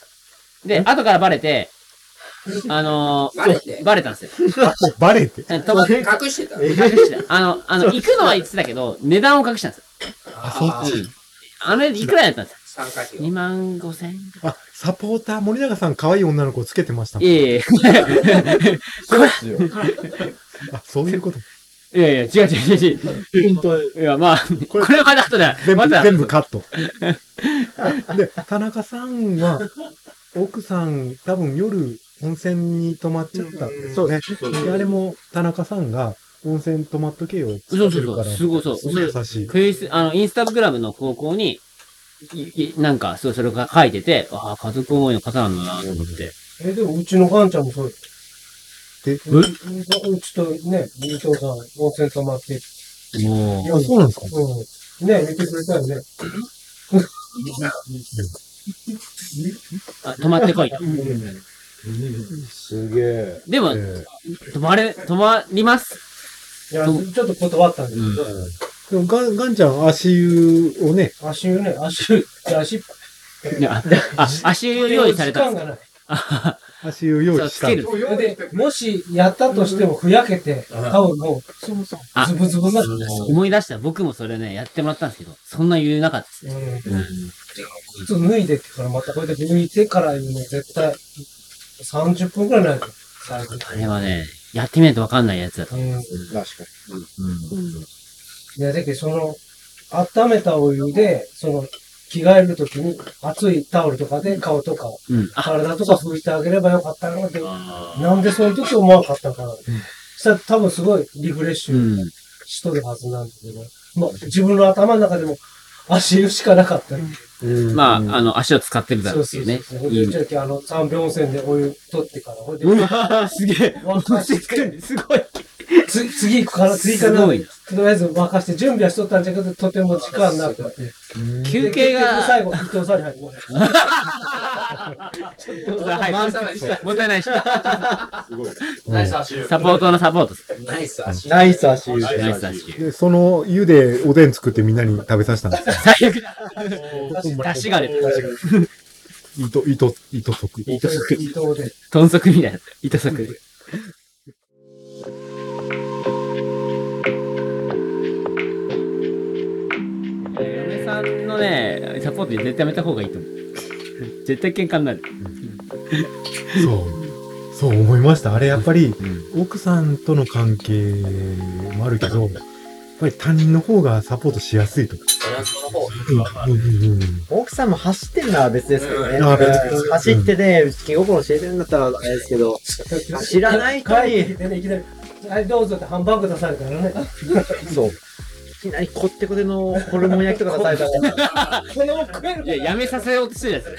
で、後からバレて、あのー、 バレてバレたんですよ。 バレて隠してた。 隠してた。あの、あの、行くのは言ってたけど、値段を隠したんですよ。 あ、そっち。 あれ、いくらやったんですか？ 参加費。 にまんごせんえん。 あ、サポーター、森永さん可愛い女の子をつけてましたもん。 いえいえ。 そうですよ。 あ、そういうこと。 いやいや、違う違う違う違う。本当いや、まあ、これまだ後で。 全部、 まだ全部カット。で、田中さんは、奥さん、多分夜、温泉に泊まっちゃったんですね。で、あれも、田中さんが、温泉泊まっとけよ。 そうそうそう。すごいそう。 すごい優しい。 フェイス、あの、インスタグラムの投稿に、いなんか、そう、それが書いてて、ああ、家族思いの方なんだな、と思って。 え、でもうちのガンちゃんもそうです。 で、 ううちとね、伊藤さん、温泉泊まって。 もあ、そうなんですか？ うん。ね、見てくれたよね。 あ、泊まってこいと。 すげえ。 でも、 え泊まれ、泊まります。 いや、ちょっと断ったんですけど、 ーでもガン、ガンちゃん足湯をね、 足湯ね、足湯、足、 いや、あ、足湯用意されたんです時間がない。 か？ 足湯用意したんです。 そうつけで、もしやったとしてもふやけて、多分もう、 あズブズブになって思い出した。僕もそれね、やってもらったんですけど、そんな余裕なかったですね。 うん。靴脱いでってから、またこれで脱いでから言うの絶対、さんじゅっぷんくらいないと。最後あれはね、やってみないとわかんないやつだと。 うん。 確かいや、だけどその、温めたお湯で、その、着替えるときに熱いタオルとかで顔とか、 うん。あ、 体とか拭いてあげればよかったなって、 あなんでその時思わなかったのかな。したら多分すごいリフレッシュうん。 しとるはずなんだけど、まあ、自分の頭の中でも足湯しかなかった。 まあ、あの、足を使ってるだろそううっていうね。 そうそう。で、 いいうちの時あの、三秒温泉でお湯取ってから、ほいで、 うわすげえ。 沸かして、 すごい。 つ次行くから、次かな。 すごいとりあえず沸かして準備はしとったんだけど、とても時間なくて。 休憩で結局が、 最後、伊藤さんに入ってもらはいもったいないし。 ナイス足湯。 サポートのサポート。 ナイス足湯。 ナイス足湯。 ナイス足湯。 で、その湯でおでん作ってみんなに食べさせたんです。 最悪だ。出汁が出てる。 糸、糸、糸足。 糸足。 伊藤で。 豚足みたいな。糸足で。嫁さんのね、サポートで絶対やめた方がいいと思う。絶対喧嘩になる。 そう。そう思いました。あれやっぱり、奥さんとの関係もあるけど、やっぱり他人の方がサポートしやすいとか。 それはその方が。 うんうんうん。 奥さんも走ってるのは別ですけどね。 うんあ別です走ってね、気心教えてるんだったらあれですけど、知らない人帰ってきに、 てね、いきなり、はい、どうぞってハンバーグ出されたらね。 そう。いきなりこってこてのホルモン焼きとか出されたら、 このまま食えるいや、やめさせようとしてるやつ。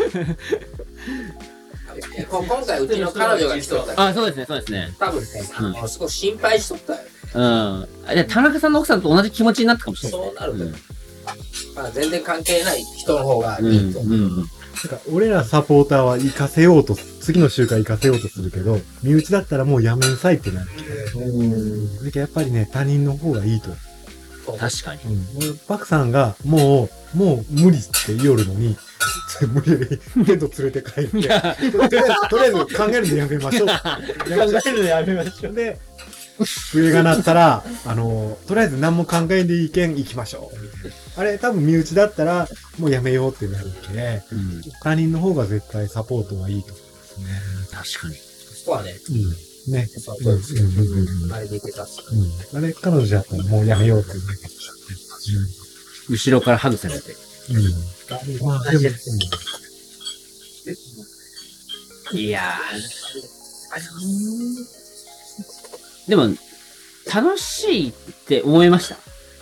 こ今回うちの彼女が来とったけどあ、そうですね、そうですね。 多分ね、あの、すごい心配しとったよ。 うん。あじゃあ田中さんの奥さんと同じ気持ちになったかもしれない。 そうなると、 うんまあ、全然関係ない人の方がうん。 いいと。 うん。 なんか俺らサポーターは行かせようと、次の週間行かせようとするけど、身内だったらもうやめんさいってなる。うん。だけどやっぱりね、他人の方がいいと。 確かに。 うん。俺パクさんが、もう、もう無理って言おるのに、無理やりテント連れて帰って、とりあえず、とりあえず考えるのやめましょう。 考えるのやめましょう。 で、笛が鳴ったら、あの、とりあえず何も考えんでいいけん行きましょう。みたいなあれ、多分身内だったら、もうやめようってなるけ、 うん。 他人の方が絶対サポートはいいと思いますね。 確かに。 そこはね、 うん。ね。 そうそうですうんうんうんうんあれでいけたっす。 うん。あれ、彼女だったらもうやめようって言うけど。 後ろからハグされて。 うん。うん。まあ、でも、 いやー。でも、楽しいって思いました。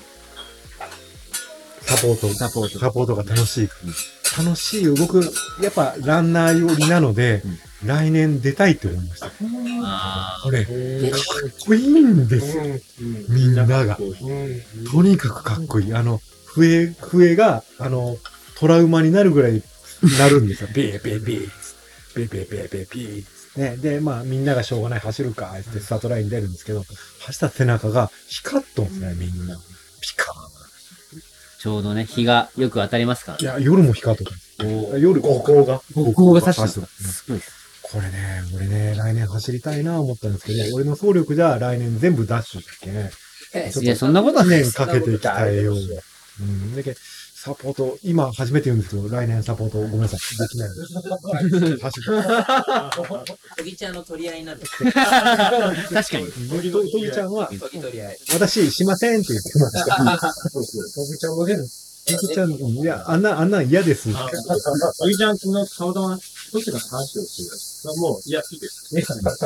サポート。 サポート。 サポートが楽しい。楽しいよ。僕、やっぱランナー寄りなので、うん、来年出たいって思いました。 あこれ、かっこいいんですよ。みんなが。とにかくかっこいい。あの、笛、笛が、あの、トラウマになるぐらいなるんですよ。ビービービー。ビービービービービー。ね、で、まあ、みんながしょうがない走るか、ってスタートラインに出るんですけど、走った背中が光っとんですね、みんな。ピカーン。 ちょうどね、日がよく当たりますから。 いや、夜も光っとったんです。夜、五光が。 五光が差してた。すごいです。 これね、俺ね、来年走りたいな思ったんですけど、俺の走力じゃ来年全部ダッシュだっけね。 いや、そんなことはない。いちねんかけて鍛えよう。うん。だけサポート、今初めて言うんですけど、来年サポートごめんなさい。できないです。走る。 トギちゃんの取り合いになる。 確かに。 トギちゃんは、 トギ取り合い。 私、しませんって言ってました。 トギちゃんも出る。 トギちゃん、いや、あんな、あんな嫌です。 トギちゃんのたまたま、どちらの話をしてるもう、いや、いいです。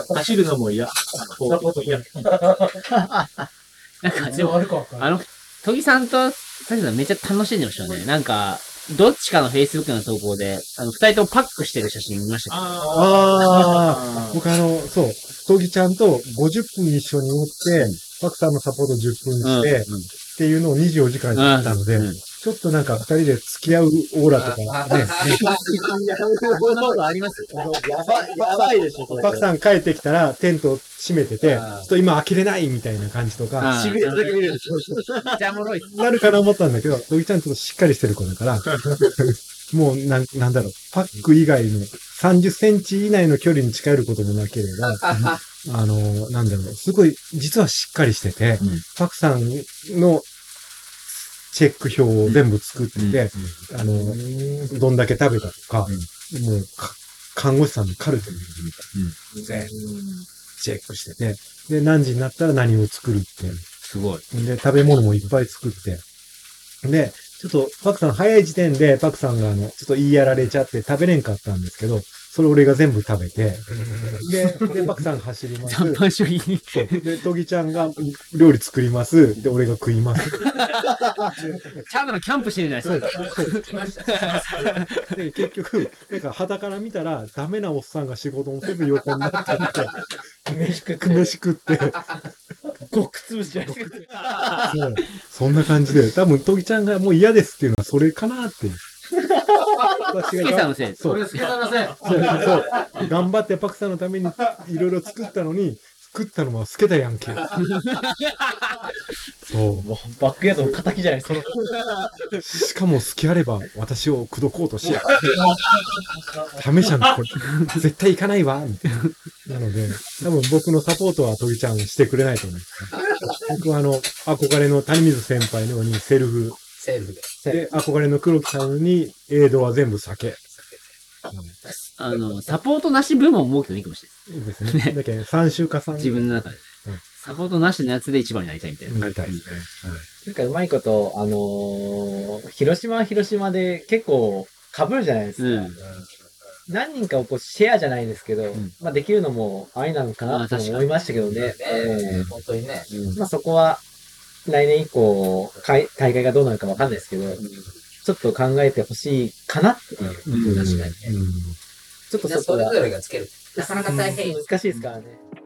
走るのも嫌。サポート嫌。 なんか、でも、あの、トギさんと、さっきのめっちゃ楽しんでましたよね。なんか、どっちかの Facebook の投稿で、あの、二人ともパックしてる写真見ましたけど。 ああ、僕あの、そう、トギちゃんとごじゅっぷん一緒に乗って、パクさんのサポートじゅっぷんして、うんうん、っていうのをにじゅうよじかんやったので、うんうん、ちょっとなんか二人で付き合うオーラとかね。 そんなことありますやばい、やばいでしょ、これ。 パクさん帰ってきたらテント閉めてて、ちょっと今開けれないみたいな感じとか。 しびれだけ見るでしょ。 なるかな思ったんだけど、トギちゃんちょっとしっかりしてる子だから、もうなん、なんだろう、パック以外のさんじゅっセンチ以内の距離に近寄ることもなければ、あの、なんだろう、すごい、実はしっかりしてて、うん、パクさんのチェック表を全部作ってて、うん、あの、どんだけ食べたとか、うん、もうか、看護師さんのカルテみたいな、全部チェックしてて、で、何時になったら何を作るって。 すごい。 で、食べ物もいっぱい作って、で、ちょっと、パクさん早い時点で、パクさんがあの、ちょっと言いやられちゃって食べれんかったんですけど、それ俺が全部食べて、で、で、パクさん走ります。 残飯処理。 そう。で、トギちゃんが料理作ります。で、俺が食います。 ちゃんとキャンプしてるじゃないですか。で、結局、なんか肌から見たら、ダメなおっさんが仕事もせず横になってて、飯食って、飯食って、 ごくつぶしじゃないですか。 そう。そんな感じで、多分トギちゃんがもう嫌ですっていうのはそれかなって。 私が。スケさんのせい。 そう。スケさんのせい。 そう。そう。頑張ってパクさんのためにいろいろ作ったのに、作ったのはスケだやんけ。そう。 もうバックヤードの仇じゃないですか。しかもスケあれば私を口説こうとしや。ダメじゃん、これ。絶対行かないわ。みたいな。なので、多分僕のサポートはトギちゃんしてくれないと思います。僕はあの、憧れの谷水先輩のようにセルフ。 セルフで。で、憧れの黒木さんに、エイドは全部酒。 あの、サポートなし部門を設けてもいいかもしれない。 いいですね。だけど、さん週かさん。 自分の中で。うん、サポートなしのやつで一番になりたいみたいな。 なりたいですね。 なんかうまいこと、あのー、広島は広島で結構被るじゃないですか。うん、何人かをこうシェアじゃないですけど、うん、まあできるのもありなのかなと思いましたけどね。 えー、本当にね。 うん、まあそこは、来年以降、大会がどうなるかわかんないですけど、うん、ちょっと考えてほしいかなっていう。 うん、確かにね。 うん、ちょっとそそれぞれがつける。なかなか大変。 難しいですからね。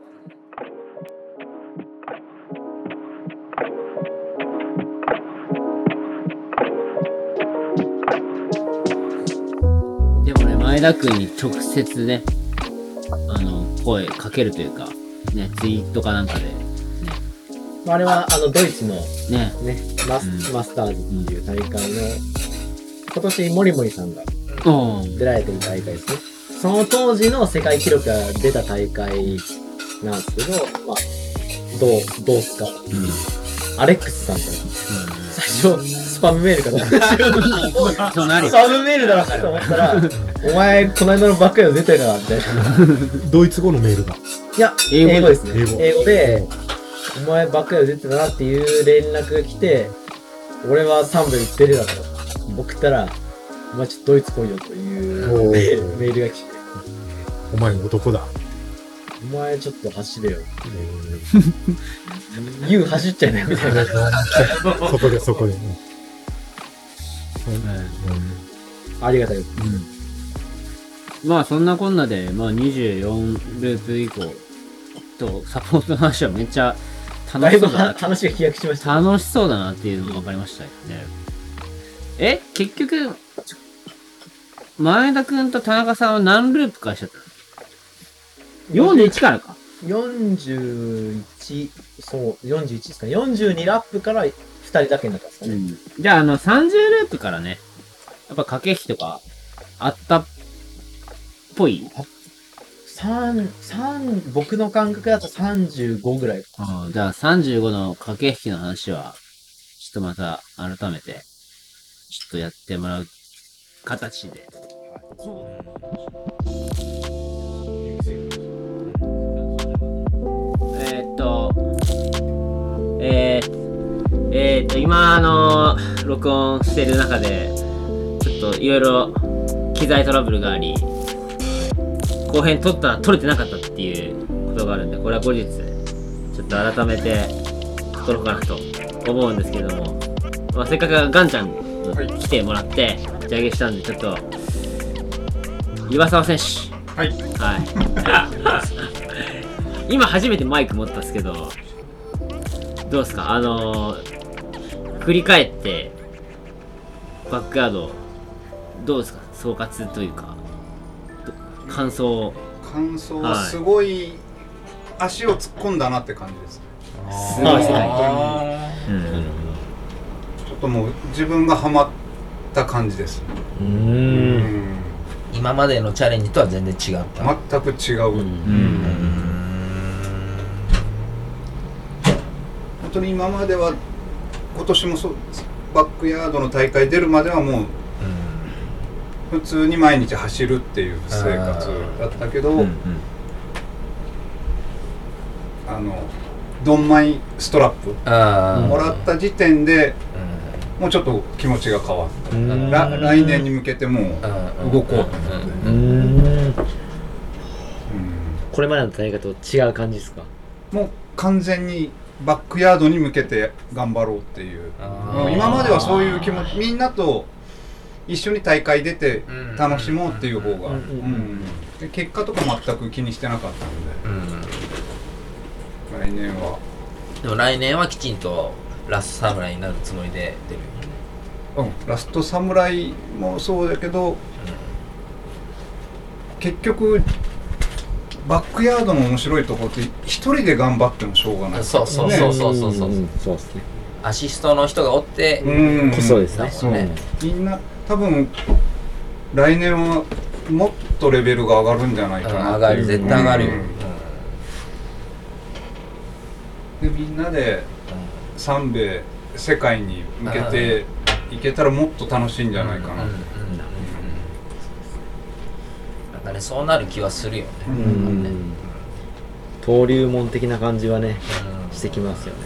でもね、前田君に直接ね、あの、声かけるというか、ね、ツイートかなんかで、 あれは、あの、ドイツの、 ね、 ね、マス、うん、マスターズっていう大会の、今年、モリモリさんが出られてる大会ですね。その当時の世界記録が出た大会なんですけど、まあ、どう、どうすか、うん、アレックスさんから、うん、最初、スパムメールかと思った。スパムメールだろと思ったら、お前、この間のバックヤード出てるから、みたいな。 ドイツ語のメールが。 いや、英語ですね。英語。英語で、お前ばっかり出てたなっていう連絡が来て、俺はさんぶん出てたから送ったら、お前ちょっとドイツ来いよというメールが来て。 お前男だ。 お前ちょっと走れよ。ユウ走っちゃいないみたいな。 そこで、そこで。 ありがたい。 まあそんなこんなで、まあにじゅうよんループ以降とサポートの話はめっちゃだいぶ楽しそうだな。 話が飛躍しました。 楽しそうだなっていうのが分かりましたよね。え結局、前田くんと田中さんは何ループかしちゃったの ?よんじゅういち からか。 よんじゅういち、そう、よんじゅういちですかね。よんじゅうにラップからふたりだけになったんですかね。 うん。じゃあ、あの、さんじゅうループからね、やっぱ駆け引きとか、あったっぽい三、三、僕の感覚だとさんじゅうごぐらい。 ああ、じゃあさんじゅうごの駆け引きの話は、ちょっとまた改めて、ちょっとやってもらう形で。えーっと、えー、えーっと、今、あの、録音してる中で、ちょっといろいろ機材トラブルがあり、後編撮ったら撮れてなかったっていうことがあるんで、これは後日、ちょっと改めて撮ろうかなと思うんですけれども、まあ、せっかくガンちゃんに来てもらって打ち上げしたんで、ちょっと岩沢選手、 はい。 はい今初めてマイク持ったんですけど、どうですか、あのー、振り返ってバックヤードどうですか、総括というか感想。 感想はすごい足を突っ込んだなって感じですね。 すごいですね。 本当にちょっともう自分がハマった感じです。 うー。 うんん今までのチャレンジとは全然違った。 全く違う。 うんうん本当に今までは今年もそうバックヤードの大会出るまではもう普通に毎日走るっていう生活だったけど、 うんうんあのドンマイストラップあもらった時点でもうちょっと気持ちが変わった。ら来年に向けてもう動こうと思って、 うーん。 うんこれまでの大会と違う感じですか？ もう完全にバックヤードに向けて頑張ろうっていう。もう今まではそういう気持ち、みんなと一緒に大会出て楽しもうっていう方が、うんで結果とか全く気にしてなかったので、来年は。 でも来年はきちんとラストサムライになるつもりで出るよね。 うん、ラストサムライもそうだけど、結局バックヤードの面白いところって一人で頑張ってもしょうがない。 そうそうそうそうそうそう、 んそうですね。 アシストの人がおってうんこそですね。 そうねみんな多分来年はもっとレベルが上がるんじゃないかなっていう。 上がる絶対上がるよ、 でみんなで三米世界に向けていけたらもっと楽しいんじゃないかな。 うんうんうんうんなんかねそうなる気はするよね。 ううんん。登竜門的な感じはね、してきますよね。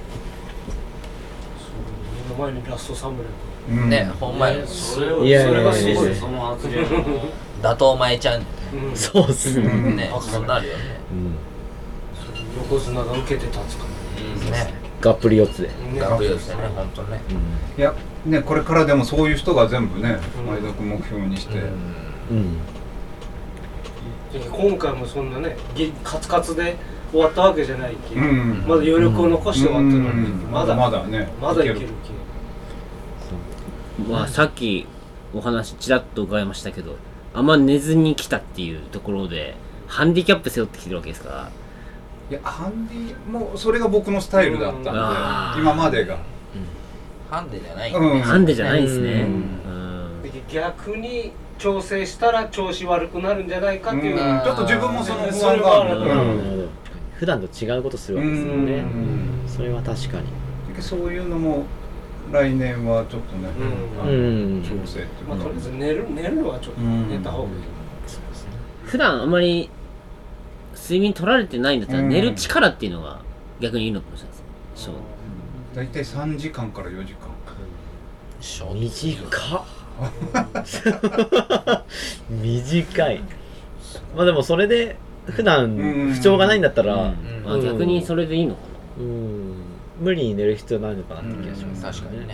目の前にラストサムライ。 うんねほんまよ。 それをいやいやいやそれがすごい。 いやその発言。 打倒前ちゃんうんそうっすね。 うんねそうなるよね。 うん。 横綱が受けて立つからねがっぷり四つで。 ね。 ガブリオですよね本当ね。 いやねこれからでもそういう人が全部ねうん前田君目標にして、 うん。 今回もそんなね、ぎカツカツで終わったわけじゃないけど、 うんまだ余力を残して終わってるのに、 うんまだまだねまだいけるいける気まあさっきお話ちらっと伺いましたけど、あんま寝ずに来たっていうところでハンディキャップ背負ってきてるわけですから。 いやハンディもうそれが僕のスタイルだったんで、 うんあー今までが、 ハンデじゃないうんハンデじゃないんですね。 ううんで逆に調整したら調子悪くなるんじゃないかっていう、 うんちょっと自分もその不それ安がある、 はあるなるうんほど。普段と違うことするわけですよね。それは確かに。 そういうのも来年はちょっとね、 うんあのうん調整っていうか、 まあ、とりあえず寝る寝るのはちょっと寝た方がいい、 普段あまり睡眠取られてないんだったらうん寝る力っていうのが逆にいいのかもしれないですね。そう。 だいたいさんじかんからよじかん。 短っ。短い。 まあでもそれで普段不調がないんだったら、 あ、逆にそれでいいのかな。うん、無理に寝る必要ないのかなって気がします、 ね、確かにね。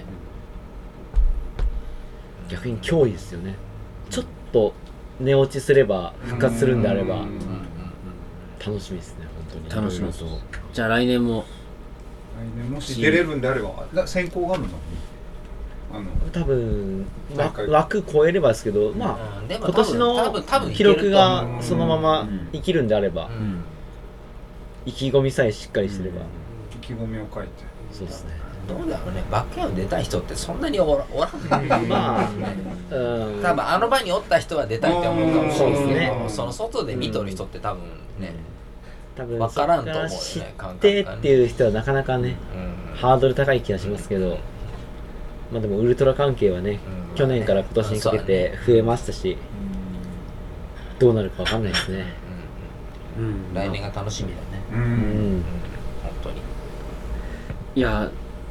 逆に脅威ですよね。ちょっと寝落ちすれば復活するんであれば楽しみですね、本当に。 楽しみそう。じゃあ来年も来年もし出れるんであれば選考があるの？あの多分枠超えればですけど、まあ、うん、今年の記録がそのまま生きるんであれば、うん、意気込みさえしっかりしてれば、うん、 意気込みを書いて。 そうですね。 どうだろうね、バックヤード出たい人ってそんなにおらおらんまあ、 うん、多分あの場におった人は出たいって思うかもしれないけど、ね、その外で見とる人って多分ね、 多分分からんと思うよね。 知ってっていう人はなかなかね、うん、ハードル高い気がしますけど、まあでもウルトラ関係はね、うん、去年から今年にかけて増えましたし、うん、どうなるかわかんないですね、 うんうん、来年が楽しみだね、 うんうん、 本当に。 いや、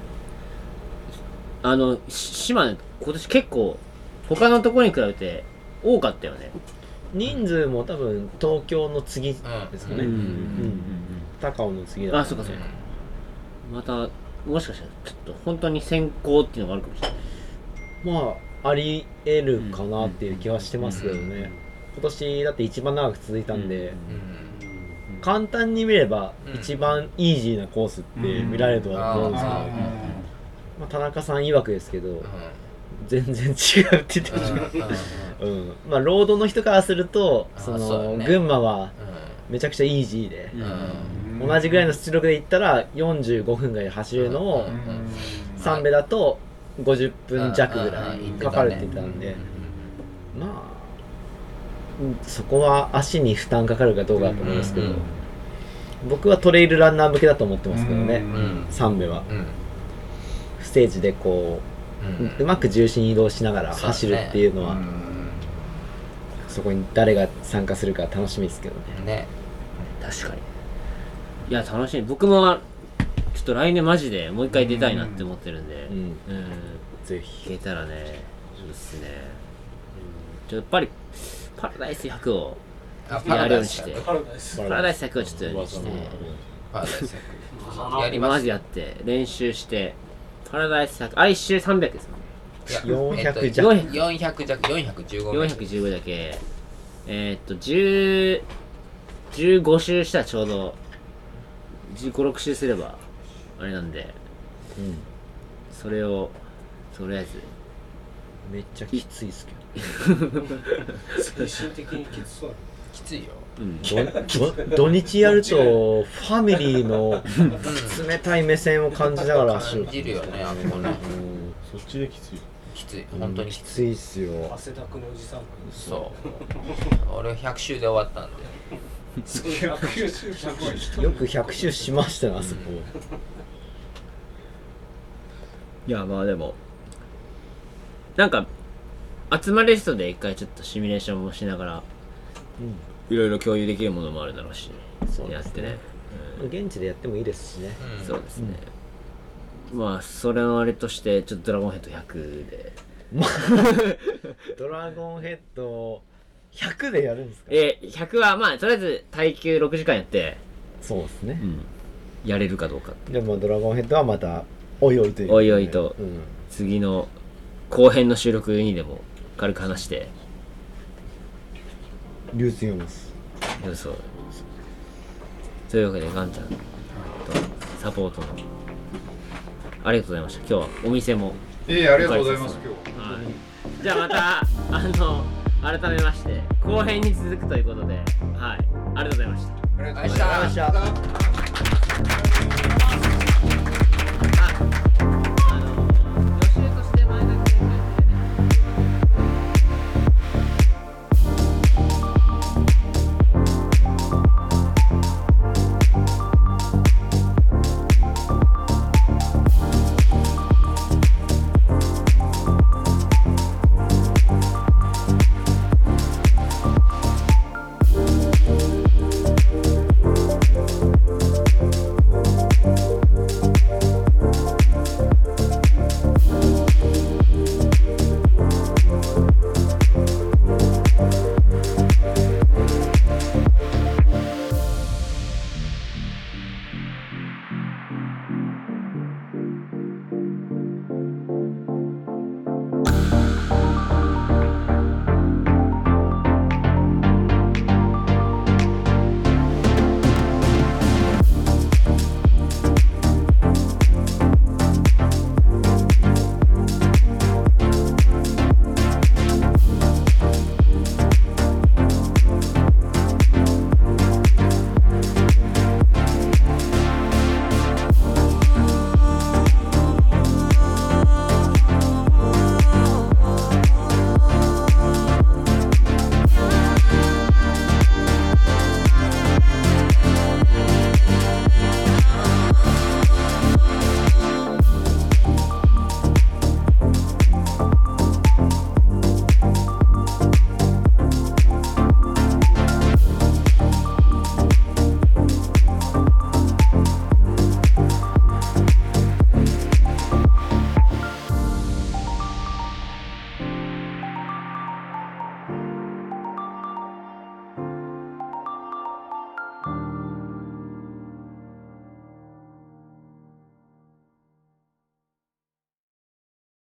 あの島根今年結構他のところに比べて多かったよね。 人数も多分東京の次ですかね、うんうんうん、高尾の次だ。 あ、そうかそうか。またもしかしたらちょっと本当に先行っていうのがあるかもしれない。 まああり得るかなっていう気はしてますけどね、うんうん、今年だって一番長く続いたんで、うんうん、簡単に見れば一番イージーなコースって見られるとは思うんですけど、うんうん、まあ、田中さん曰くですけど、うん、全然違うって言ってました、うん、まあロードの人からするとその、ね、群馬はめちゃくちゃイージーで、うん、同じぐらいの出力でいったらよんじゅうごふんぐらい走るのをさんべだとごじゅっぷん弱ぐらいかかるって言ってたんで、まあそこは足に負担かかるかどうかだと思いますけど、僕はトレイルランナー向けだと思ってますけどね、さんべはステージでこううまく重心移動しながら走るっていうのはそこに誰が参加するか楽しみですけどね。 ね、 確かに。いや楽しみ。僕もちょっと来年マジでもう一回出たいなって思ってるんで、うん、うん、 ぜひ行けたらねいいっすね。うん、ちょっとやっぱりパラダイスひゃくをやるようにして、パラダイスひゃくをちょっとやるようにして、 パラダイスひゃくやります。マジやって練習してパラダイスひゃく、あ、一周さんびゃくですもんね。 よんひゃく弱、 よんひゃく弱、よんひゃくじゅうご、 よんひゃくじゅうごだけ、えー、っとじゅう、じゅうご周したらちょうどじゅうご、ろく周すればあれなんで、うん、それをとりあえずめっちゃきついっすけど精神的にきつそう。 きついよ、 うん、ど土日やるとファミリーの冷たい目線を感じながら走る。 感じるよね、あの子ね、 うん、そっちできつい。 きつい、本当にきついっすよ。 汗だくのおじさん。 そう俺ひゃく周で終わったんでよくひゃく周しましたね、あそこ。 いやまあでもなんか集まる人で一回ちょっとシミュレーションもしながら、うん、いろいろ共有できるものもあるだろうし、そうやってね、 うん、現地でやってもいいですしね、 うん、そうですね、うん、まあそれのあれとしてちょっとドラゴンヘッドひゃくでドラゴンヘッドひゃくでやるんですか？ えー、ひゃくはまあとりあえず耐久ろくじかんやってそうですね、うん、 やれるかどうか。 でもドラゴンヘッドはまたおいおいという、ね、 おいおいと、うん、次の後編の収録にでも軽く話して流通読ます。 そうというわけでガンちゃんとサポートのありがとうございました。今日はお店もええー、ありがとうございます。今日、 はい、じゃあまたあの改めまして後編に続くということで、はい、ありがとうございました。 ありがとうございました。